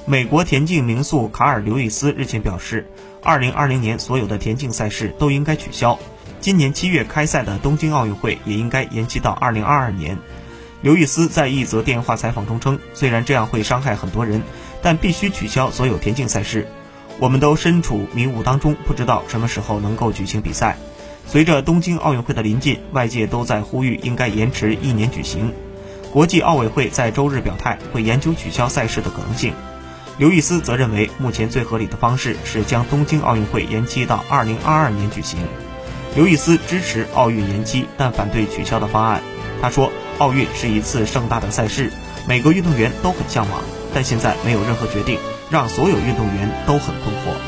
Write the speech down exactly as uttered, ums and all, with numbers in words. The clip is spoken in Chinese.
美国田径名宿卡尔·刘易斯日前表示，二零二零年所有的田径赛事都应该取消，今年七月开赛的东京奥运会也应该延期到二零二二年。刘易斯在一则电话采访中称，虽然这样会伤害很多人，但必须取消所有田径赛事。我们都身处迷雾当中，不知道什么时候能够举行比赛。随着东京奥运会的临近，外界都在呼吁应该延迟一年举行。国际奥委会在周日表态，会研究取消赛事的可能性。刘易斯则认为，目前最合理的方式是将东京奥运会延期到二零二二年举行。刘易斯支持奥运延期，但反对取消的方案。他说，奥运是一次盛大的赛事，每个运动员都很向往，但现在没有任何决定，让所有运动员都很困惑。